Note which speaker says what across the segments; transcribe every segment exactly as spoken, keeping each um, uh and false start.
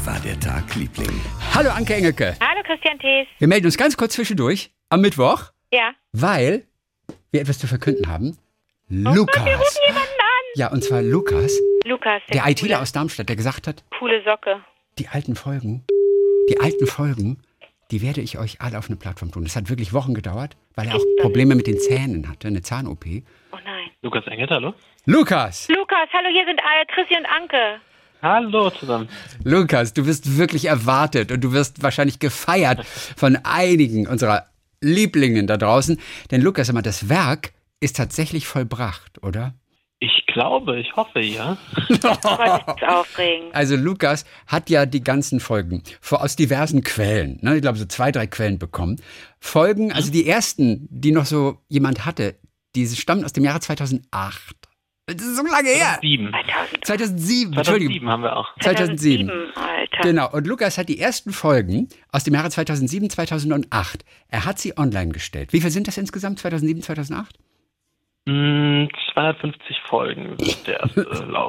Speaker 1: war der Tag, Liebling?
Speaker 2: Hallo Anke Engelke.
Speaker 3: Hallo Christian Thees.
Speaker 2: Wir melden uns ganz kurz zwischendurch am Mittwoch,
Speaker 3: Ja.
Speaker 2: weil wir etwas zu verkünden haben.
Speaker 3: Oh
Speaker 2: Lukas.
Speaker 3: Gott, wir rufen jemanden an.
Speaker 2: Ja, und zwar Lukas,
Speaker 3: Lukas,
Speaker 2: der
Speaker 3: der
Speaker 2: ITler aus Darmstadt, der gesagt hat,
Speaker 3: coole Socke.
Speaker 2: die alten Folgen, die alten Folgen, die werde ich euch alle auf eine Plattform tun. Das hat wirklich Wochen gedauert, weil er auch Probleme mit den Zähnen hatte, eine Zahn-O P.
Speaker 3: Oh nein.
Speaker 4: Lukas Engelt, hallo?
Speaker 2: Lukas!
Speaker 3: Lukas, hallo, hier sind äh, Chrissy und Anke.
Speaker 4: Hallo zusammen.
Speaker 2: Lukas, du wirst wirklich erwartet und du wirst wahrscheinlich gefeiert von einigen unserer Lieblingen da draußen. Denn Lukas, sag mal, das Werk ist tatsächlich vollbracht, oder?
Speaker 4: Ich glaube, ich hoffe, ja.
Speaker 3: Gott, ist das aufregend.
Speaker 2: Also Lukas hat ja die ganzen Folgen vor, aus diversen Quellen, ne, ich glaube so zwei, drei Quellen bekommen. Folgen, also die ersten, die noch so jemand hatte, die stammen aus dem Jahre zweitausendacht. Das ist so lange her.
Speaker 4: Sieben.
Speaker 2: zweitausendsieben, Entschuldigung.
Speaker 4: zweitausendsieben haben wir auch.
Speaker 2: zweitausendsieben.
Speaker 3: Alter.
Speaker 2: Genau, und Lukas hat die ersten Folgen aus dem Jahre zweitausendsieben, zweitausendacht. Er hat sie online gestellt. Wie viel sind das insgesamt, zweitausendsieben, zweitausendacht?
Speaker 4: Mm, zweihundertfünfzig Folgen ist der erste Lauf.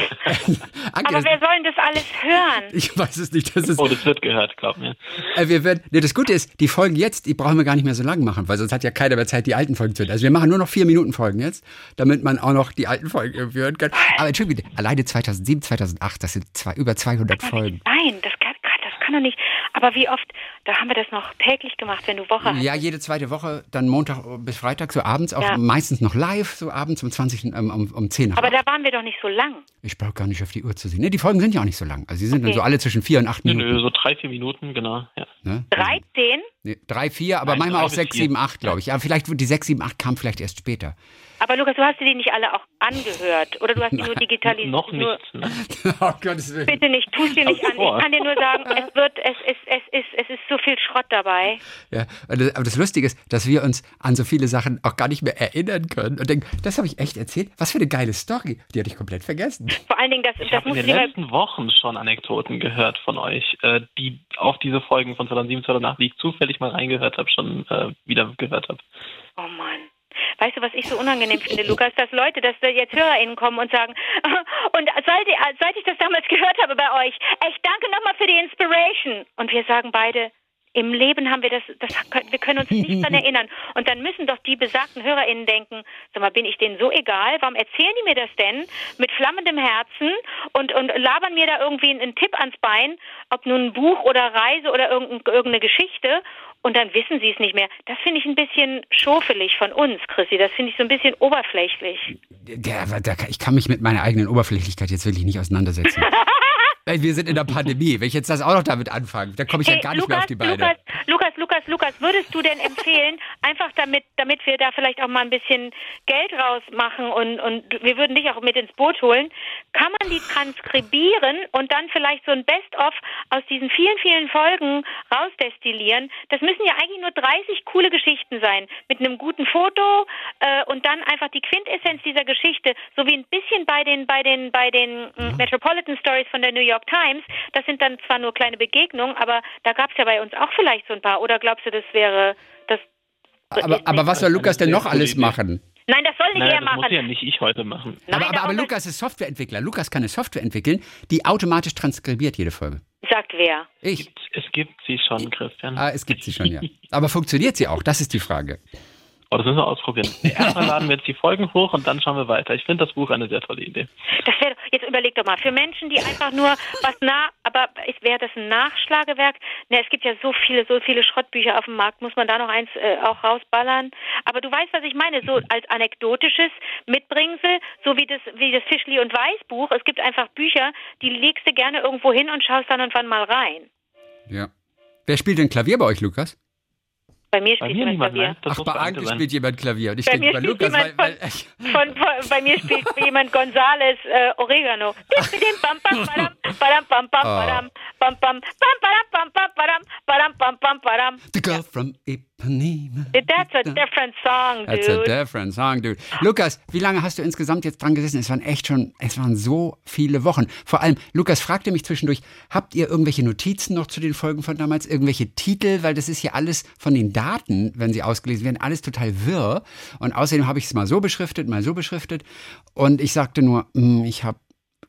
Speaker 2: Anke,
Speaker 3: Aber wer soll denn das alles hören?
Speaker 2: ich weiß es nicht. Das ist,
Speaker 4: Oh, das wird gehört, glaub mir.
Speaker 2: äh, wir werden, nee, das Gute ist, die Folgen jetzt, die brauchen wir gar nicht mehr so lang machen, weil sonst hat ja keiner mehr Zeit, die alten Folgen zu hören. Also wir machen nur noch vier Minuten Folgen jetzt, damit man auch noch die alten Folgen irgendwie hören kann. Aber Entschuldigung, alleine zweitausendsieben, zweitausendacht, das sind zwei, über zweihundert Folgen.
Speaker 3: Nein, das kann, das kann doch nicht. Aber wie oft, da haben wir das noch täglich gemacht, wenn du Woche hast.
Speaker 2: Ja, jede zweite Woche, dann Montag bis Freitag, so abends, auch
Speaker 3: Ja.
Speaker 2: meistens noch live, so abends um zwanzig, um, um, um zehn nach
Speaker 3: Aber
Speaker 2: acht.
Speaker 3: da waren wir doch nicht so lang.
Speaker 2: Ich brauche gar nicht auf die Uhr zu sehen. Ne, die Folgen sind ja auch nicht so lang. Also sie sind dann
Speaker 3: Okay.
Speaker 2: so alle zwischen vier und acht
Speaker 4: Nö,
Speaker 2: Minuten.
Speaker 4: nö, so drei, vier Minuten, genau. Ja.
Speaker 2: Ne?
Speaker 3: dreizehn?
Speaker 2: Nee, drei, vier, aber
Speaker 4: Nein,
Speaker 2: manchmal
Speaker 4: drei
Speaker 2: auch
Speaker 4: bis
Speaker 2: sechs,
Speaker 4: vier.
Speaker 2: sieben, acht, glaube ich. Ja, vielleicht wird die sechs, sieben, acht kam vielleicht erst später.
Speaker 3: Aber Lukas, du hast dir die nicht alle auch angehört? Oder du hast die nur digitalisiert?
Speaker 4: Noch
Speaker 3: nur-
Speaker 4: nichts, ne?
Speaker 2: Oh Gottes Willen.
Speaker 3: Bitte nicht, tu es dir nicht an.
Speaker 4: vor.
Speaker 3: Ich kann dir nur sagen, es wird, es ist, es ist, es ist so viel Schrott dabei.
Speaker 2: Ja, und das- aber das Lustige ist, dass wir uns an so viele Sachen auch gar nicht mehr erinnern können und denken, das habe ich echt erzählt. Was für eine geile Story. Die hatte ich komplett vergessen.
Speaker 3: Vor allen Dingen, das,
Speaker 4: Ich
Speaker 3: das
Speaker 4: habe in
Speaker 3: musst du
Speaker 4: den
Speaker 3: dir mal.
Speaker 4: letzten Wochen schon Anekdoten gehört von euch, äh, die auf diese Folgen von zweitausendsieben, zweitausendacht, die ich zufällig mal reingehört habe, schon äh, wieder gehört habe.
Speaker 3: Oh Mann. Weißt du, was ich so unangenehm finde, Lukas, dass Leute, dass da jetzt HörerInnen kommen und sagen, und seit, seit ich das damals gehört habe bei euch, echt danke nochmal für die Inspiration. Und wir sagen beide, im Leben haben wir das, das, wir können uns nicht daran erinnern. Und dann müssen doch die besagten HörerInnen denken, sag mal, bin ich denen so egal? Warum erzählen die mir das denn mit flammendem Herzen und, und labern mir da irgendwie einen Tipp ans Bein, ob nun ein Buch oder Reise oder irgendein, irgendeine Geschichte? Und dann wissen sie es nicht mehr. Das finde ich ein bisschen schofelig von uns, Chrissy. Das finde ich so ein bisschen oberflächlich.
Speaker 2: Der, der, ich kann mich mit meiner eigenen Oberflächlichkeit jetzt wirklich nicht auseinandersetzen. Weil wir sind in der Pandemie. Wenn ich jetzt das auch noch damit anfange, dann komme ich ja gar nicht mehr auf die Beine.
Speaker 3: Lukas, Lukas, Lukas, Lukas, würdest du denn empfehlen, einfach damit, damit wir da vielleicht auch mal ein bisschen Geld rausmachen und, und wir würden dich auch mit ins Boot holen, kann man die transkribieren und dann vielleicht so ein Best-of aus diesen vielen, vielen Folgen rausdestillieren? Das müssen ja eigentlich nur dreißig coole Geschichten sein, mit einem guten Foto äh, und dann einfach die Quintessenz dieser Geschichte, so wie ein bisschen bei den, bei den, bei den mhm. Metropolitan Stories von der New York Times. Das sind dann zwar nur kleine Begegnungen, aber da gab es ja bei uns auch vielleicht so ein paar. Oder glaubst du, das wäre das?
Speaker 2: Aber, aber was soll Lukas denn noch alles machen?
Speaker 3: Nein, das soll nicht
Speaker 4: Naja,
Speaker 3: er
Speaker 4: das
Speaker 3: machen.
Speaker 4: muss ja nicht ich heute machen.
Speaker 3: Nein,
Speaker 2: aber aber, aber
Speaker 3: darum-
Speaker 2: Lukas ist Softwareentwickler. Lukas kann eine Software entwickeln, die automatisch transkribiert jede Folge.
Speaker 3: Sagt wer?
Speaker 2: Ich.
Speaker 4: Es gibt sie schon, Christian.
Speaker 2: Ah, es gibt sie schon, ja. Aber funktioniert sie auch? Das ist die Frage.
Speaker 4: Oh, das müssen wir ausprobieren. Erstmal laden wir jetzt die Folgen hoch und dann schauen wir weiter. Ich finde das Buch eine sehr tolle Idee.
Speaker 3: Das wäre, jetzt überleg doch mal, für Menschen, die einfach nur was nah, aber wäre das ein Nachschlagewerk? Ne, es gibt ja so viele, so viele Schrottbücher auf dem Markt, muss man da noch eins äh, auch rausballern? Aber du weißt, was ich meine, so als anekdotisches Mitbringsel, so wie das, wie das Fischli und Weiß Buch. Es gibt einfach Bücher, die legst du gerne irgendwo hin und schaust dann und wann mal rein.
Speaker 2: Ja. Wer spielt denn Klavier bei euch, Lukas?
Speaker 3: Bei mir
Speaker 4: Bei
Speaker 3: spielt
Speaker 4: mir
Speaker 3: jemand
Speaker 4: niemand,
Speaker 3: Klavier.
Speaker 4: nein. Das
Speaker 2: Ach,
Speaker 4: muss
Speaker 2: bei
Speaker 4: Anke
Speaker 2: Anke
Speaker 4: sein.
Speaker 2: spielt jemand Klavier. Und ich
Speaker 3: Bei
Speaker 2: denke
Speaker 3: mir
Speaker 2: bei
Speaker 3: spielt
Speaker 2: Lukas, weil,
Speaker 3: jemand
Speaker 2: weil
Speaker 3: von, von, von, bei mir spielt jemand Gonzales äh, Oregano. Bam, bam, badam, badam, bam, bam, badam, bam, bam, bam, badam, bam, bam, badam, badam, bam, bam, badam.
Speaker 2: The girl from Ipanema.
Speaker 3: That's a different song,
Speaker 2: That's a
Speaker 3: dude.
Speaker 2: different song, dude. Lukas, wie lange hast du insgesamt jetzt dran gesessen? Es waren echt schon, es waren so viele Wochen. Vor allem, Lukas fragte mich zwischendurch, habt ihr irgendwelche Notizen noch zu den Folgen von damals? Irgendwelche Titel? Weil das ist ja alles von den Daten, wenn sie ausgelesen werden, alles total wirr. Und außerdem habe ich es mal so beschriftet, mal so beschriftet. Und ich sagte nur, mm, ich habe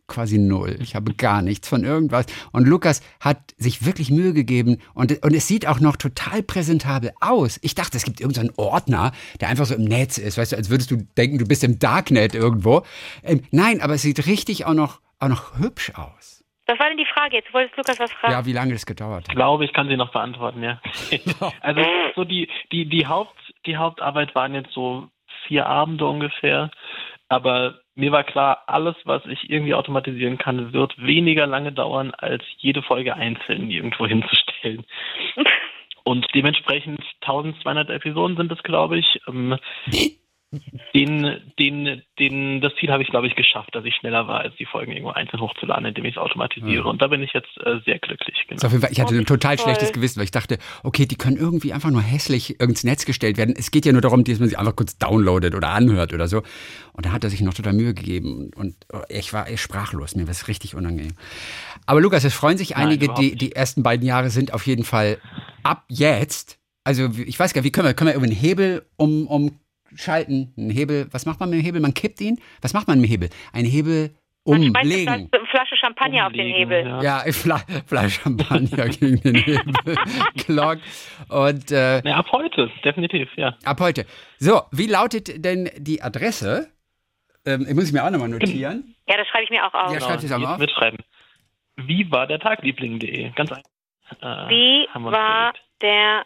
Speaker 2: quasi null. Ich habe gar nichts von irgendwas. Und Lukas hat sich wirklich Mühe gegeben und, und es sieht auch noch total präsentabel aus. Ich dachte, es gibt irgendeinen so Ordner, der einfach so im Netz ist, weißt du, als würdest du denken, du bist im Darknet irgendwo. Ähm, nein, aber es sieht richtig auch noch, auch noch hübsch aus.
Speaker 3: Was war denn die Frage jetzt? Du wolltest Lukas was fragen?
Speaker 2: Ja, wie lange das gedauert hat.
Speaker 4: Ich glaube, ich kann sie noch beantworten, ja. Also so die, die, die, Haupt, die Hauptarbeit waren jetzt so vier Abende ungefähr. Aber mir war klar, alles, was ich irgendwie automatisieren kann, wird weniger lange dauern, als jede Folge einzeln irgendwo hinzustellen. Und dementsprechend eintausendzweihundert Episoden sind es, glaube ich. Ähm, den, den, den, das Ziel habe ich, glaube ich, geschafft, dass ich schneller war, als die Folgen irgendwo einzeln hochzuladen, indem ich es automatisiere. Ja. Und da bin ich jetzt äh, sehr glücklich. Genau.
Speaker 2: So, auf jeden Fall, ich hatte
Speaker 3: oh,
Speaker 2: ein total
Speaker 3: toll.
Speaker 2: schlechtes Gewissen, weil ich dachte, okay, die können irgendwie einfach nur hässlich ins Netz gestellt werden. Es geht ja nur darum, dass man sie einfach kurz downloadet oder anhört oder so. Und da hat er sich noch total Mühe gegeben. Und ich war echt sprachlos. Mir war es richtig unangenehm. Aber Lukas, es freuen sich
Speaker 4: Nein,
Speaker 2: einige, die, die ersten beiden Jahre sind auf jeden Fall ab jetzt. Also ich weiß gar nicht, wie können wir, können wir irgendwie einen Hebel um, um schalten, einen Hebel, was macht man mit dem Hebel? Man kippt ihn? Was macht man mit dem Hebel? Ein Hebel umlegen.
Speaker 3: Man schmeißt eine Flasche Champagner umlegen, auf den Hebel.
Speaker 2: Ja, ja Fla Flasche Champagner gegen den Hebel. Glock. Und, äh,
Speaker 4: ja, ab heute, definitiv, ja.
Speaker 2: Ab heute. So, wie lautet denn die Adresse? Ähm, ich muss ich mir auch nochmal notieren.
Speaker 3: Ja, das schreibe ich mir auch auf.
Speaker 2: Ja,
Speaker 4: Genau,
Speaker 2: schreibt es auch mal auf.
Speaker 4: Mitschreiben. Wie war der Tagliebling punkt de? Ganz einfach. Äh,
Speaker 3: Wie war der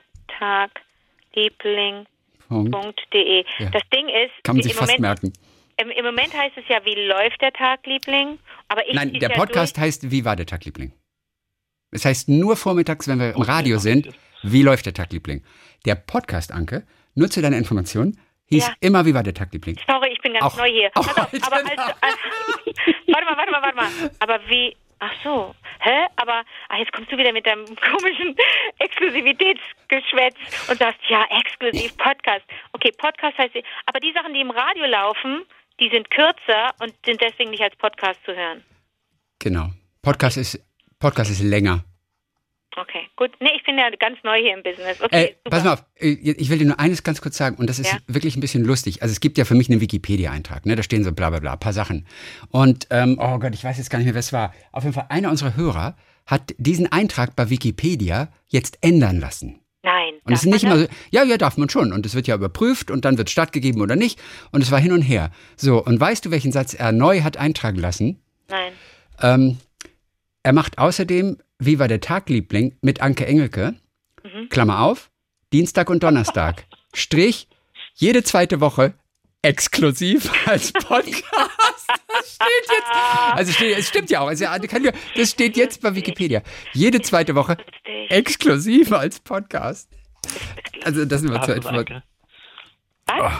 Speaker 3: Tagliebling punkt de?
Speaker 2: Ja.
Speaker 3: Das Ding ist,
Speaker 2: kann man sich
Speaker 3: im,
Speaker 2: fast
Speaker 3: Moment,
Speaker 2: merken.
Speaker 3: im, im Moment heißt es ja, wie läuft der Tagliebling? Aber ich
Speaker 2: Nein, der
Speaker 3: ja
Speaker 2: Podcast
Speaker 3: durch.
Speaker 2: heißt, wie war der Tagliebling? Es heißt nur vormittags, wenn wir im
Speaker 4: Okay,
Speaker 2: Radio
Speaker 4: okay.
Speaker 2: sind, wie läuft der Tagliebling? Der Podcast, Anke, nur zu deiner Information, hieß
Speaker 3: Ja.
Speaker 2: immer, wie war der Tagliebling?
Speaker 3: Sorry, ich bin ganz
Speaker 2: Auch-
Speaker 3: neu hier.
Speaker 2: auch
Speaker 3: Pass auf,
Speaker 2: heute
Speaker 3: aber als, als, warte mal, warte mal, warte mal. Aber wie, ach so, hä? Aber, ach, jetzt kommst du wieder mit deinem komischen Exklusivitätsgeschwätz und sagst, ja, exklusiv Podcast. Okay, Podcast heißt, aber die Sachen, die im Radio laufen, die sind kürzer und sind deswegen nicht als Podcast zu hören.
Speaker 2: Genau. Podcast ist, Podcast ist länger.
Speaker 3: Okay, gut. Nee, ich bin ja ganz neu hier im Business. Okay,
Speaker 2: Ey,
Speaker 3: super.
Speaker 2: pass mal auf, ich will dir nur eines ganz kurz sagen und das ist
Speaker 3: Ja.
Speaker 2: wirklich ein bisschen lustig. Also es gibt ja für mich einen Wikipedia-Eintrag, ne? Da stehen so bla bla bla, ein paar Sachen. Und, ähm, oh Gott, ich weiß jetzt gar nicht mehr, wer es war. Auf jeden Fall, einer unserer Hörer hat diesen Eintrag bei Wikipedia jetzt ändern lassen.
Speaker 3: Nein.
Speaker 2: Und es ist
Speaker 3: darf
Speaker 2: nicht
Speaker 3: man
Speaker 2: immer so, ja, ja, darf man schon. Und es wird ja überprüft und dann wird stattgegeben oder nicht. Und es war hin und her. So, und weißt du, welchen Satz er neu hat eintragen lassen?
Speaker 3: das? Nein.
Speaker 2: Ähm, er macht außerdem Wie war der Tagliebling mit Anke Engelke,
Speaker 3: Mhm.
Speaker 2: Klammer auf, Dienstag und Donnerstag, Strich, jede zweite Woche, exklusiv als Podcast. Das steht jetzt, also steht, es stimmt ja auch, also, kann ja, das steht jetzt bei Wikipedia. Jede zweite Woche,
Speaker 3: Lustig.
Speaker 2: exklusiv als Podcast. Also das sind wir
Speaker 4: Da
Speaker 2: zur
Speaker 4: hast du's,
Speaker 2: Information.
Speaker 4: Anke.
Speaker 3: Was?
Speaker 2: Oh.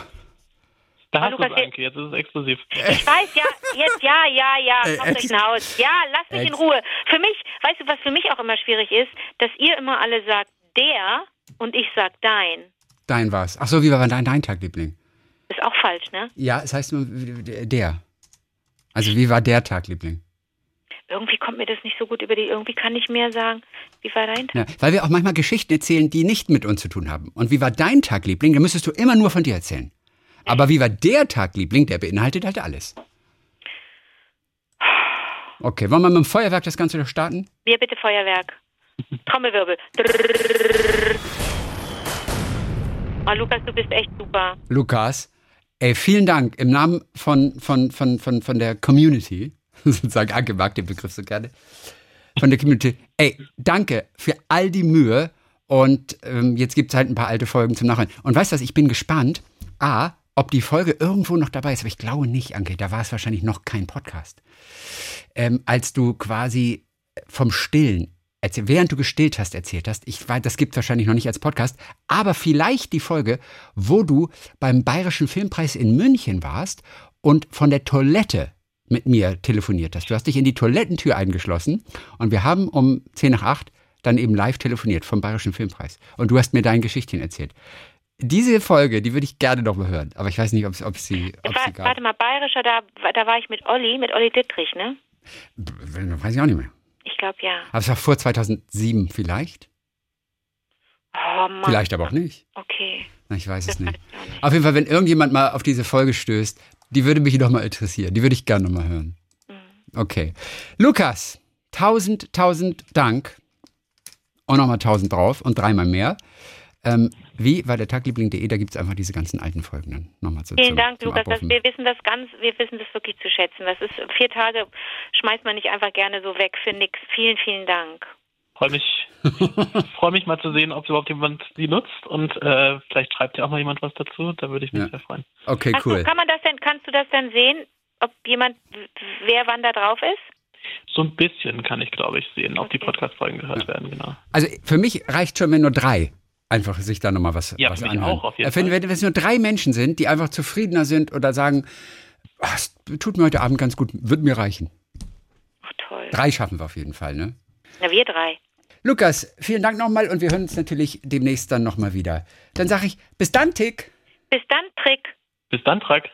Speaker 4: Da
Speaker 3: Oh,
Speaker 4: hast du es,
Speaker 3: Lukas,
Speaker 4: Anke, jetzt ist es exklusiv.
Speaker 3: Ich weiß, ja, jetzt, ja, ja, ja,
Speaker 2: Äh,
Speaker 3: kommt
Speaker 2: ex-
Speaker 3: euch nach Hause. Ja, lasst mich in
Speaker 2: ex-
Speaker 3: Ruhe. Für mich, weißt du, was für mich auch immer schwierig ist, dass ihr immer alle sagt, der und ich sag dein.
Speaker 2: Dein war's. Ach so, wie war dein, dein Tagliebling?
Speaker 3: Ist auch falsch, ne?
Speaker 2: Ja, es heißt nur der. Also wie war der Tagliebling?
Speaker 3: Irgendwie kommt mir das nicht so gut über die, irgendwie kann ich mehr sagen. Wie war dein Tag?
Speaker 2: Ja, weil wir auch manchmal Geschichten erzählen, die nicht mit uns zu tun haben. Und wie war dein Tagliebling? Da müsstest du immer nur von dir erzählen. Aber wie war der Tagliebling? Der beinhaltet halt alles. Okay, wollen wir mit dem Feuerwerk das Ganze noch starten?
Speaker 3: Wir bitte Feuerwerk. Trommelwirbel. Oh, Lukas, du bist echt super.
Speaker 2: Lukas, ey, vielen Dank im Namen von, von, von, von, von der Community. Sozusagen, Anke mag den Begriff so gerne. Von der Community. Ey, danke für all die Mühe. Und ähm, jetzt gibt es halt ein paar alte Folgen zum Nachhören. Und weißt du was, ich bin gespannt, A, ob die Folge irgendwo noch dabei ist. Aber ich glaube nicht, Anke, da war es wahrscheinlich noch kein Podcast. Ähm, als du quasi vom Stillen, erzähl, während du gestillt hast, erzählt hast, ich weiß, das gibt es wahrscheinlich noch nicht als Podcast, aber vielleicht die Folge, wo du beim Bayerischen Filmpreis in München warst und von der Toilette mit mir telefoniert hast. Du hast dich in die Toilettentür eingeschlossen und wir haben um zehn nach acht dann eben live telefoniert vom Bayerischen Filmpreis. Und du hast mir dein Geschichtchen erzählt. Diese Folge, die würde ich gerne noch mal hören, aber ich weiß nicht, ob, ob sie, ob
Speaker 3: Wa-
Speaker 2: sie gab.
Speaker 3: Warte mal, Bayerischer, da, da war ich mit Olli, mit Olli Dittrich, ne?
Speaker 2: Weiß ich auch nicht mehr.
Speaker 3: Ich glaube, ja.
Speaker 2: Aber es war vor zweitausendsieben vielleicht.
Speaker 3: Oh Mann.
Speaker 2: Vielleicht aber auch nicht.
Speaker 3: Okay.
Speaker 2: Na, ich weiß es
Speaker 3: Das
Speaker 2: nicht.
Speaker 3: weiß ich auch nicht.
Speaker 2: Auf jeden Fall, wenn irgendjemand mal auf diese Folge stößt, die würde mich noch mal interessieren. Die würde ich gerne noch mal hören. Okay. Lukas, tausend, tausend Dank. Und nochmal tausend drauf und dreimal mehr. Ähm, wie war der Tagliebling punkt de, da gibt es einfach diese ganzen alten Folgen dann nochmal zu.
Speaker 3: Vielen
Speaker 2: zum,
Speaker 3: Dank,
Speaker 2: zum
Speaker 3: Lukas. Das, wir wissen das ganz, wir wissen das wirklich zu schätzen. Das ist vier Tage schmeißt man nicht einfach gerne so weg für nix. Vielen, vielen Dank.
Speaker 4: Freue mich, freue mich mal zu sehen, ob überhaupt jemand die nutzt und äh, vielleicht schreibt ja auch mal jemand was dazu. Da würde ich mich ja. sehr freuen.
Speaker 2: Okay,
Speaker 3: Ach,
Speaker 2: cool.
Speaker 3: Kann man das denn? Kannst du das dann sehen, ob jemand, wer wann da drauf ist?
Speaker 4: So ein bisschen kann ich, glaube ich, sehen, ob
Speaker 3: okay.
Speaker 4: die Podcast-Folgen gehört
Speaker 2: ja.
Speaker 4: werden, genau.
Speaker 2: Also für mich reicht schon, wenn nur drei einfach sich da nochmal was,
Speaker 4: ja,
Speaker 2: was
Speaker 4: für mich
Speaker 2: anhören.
Speaker 4: auch auf jeden
Speaker 2: wenn,
Speaker 4: Fall.
Speaker 2: wenn es nur drei Menschen sind, die einfach zufriedener sind oder sagen, ach, es tut mir heute Abend ganz gut, wird mir reichen.
Speaker 3: Ach toll.
Speaker 2: Drei schaffen wir auf jeden Fall, ne?
Speaker 3: Na, wir drei.
Speaker 2: Lukas, vielen Dank nochmal und wir hören uns natürlich demnächst dann nochmal wieder. Dann sage ich, bis dann, Tick.
Speaker 3: Bis dann, Trick.
Speaker 4: Bis dann, Track.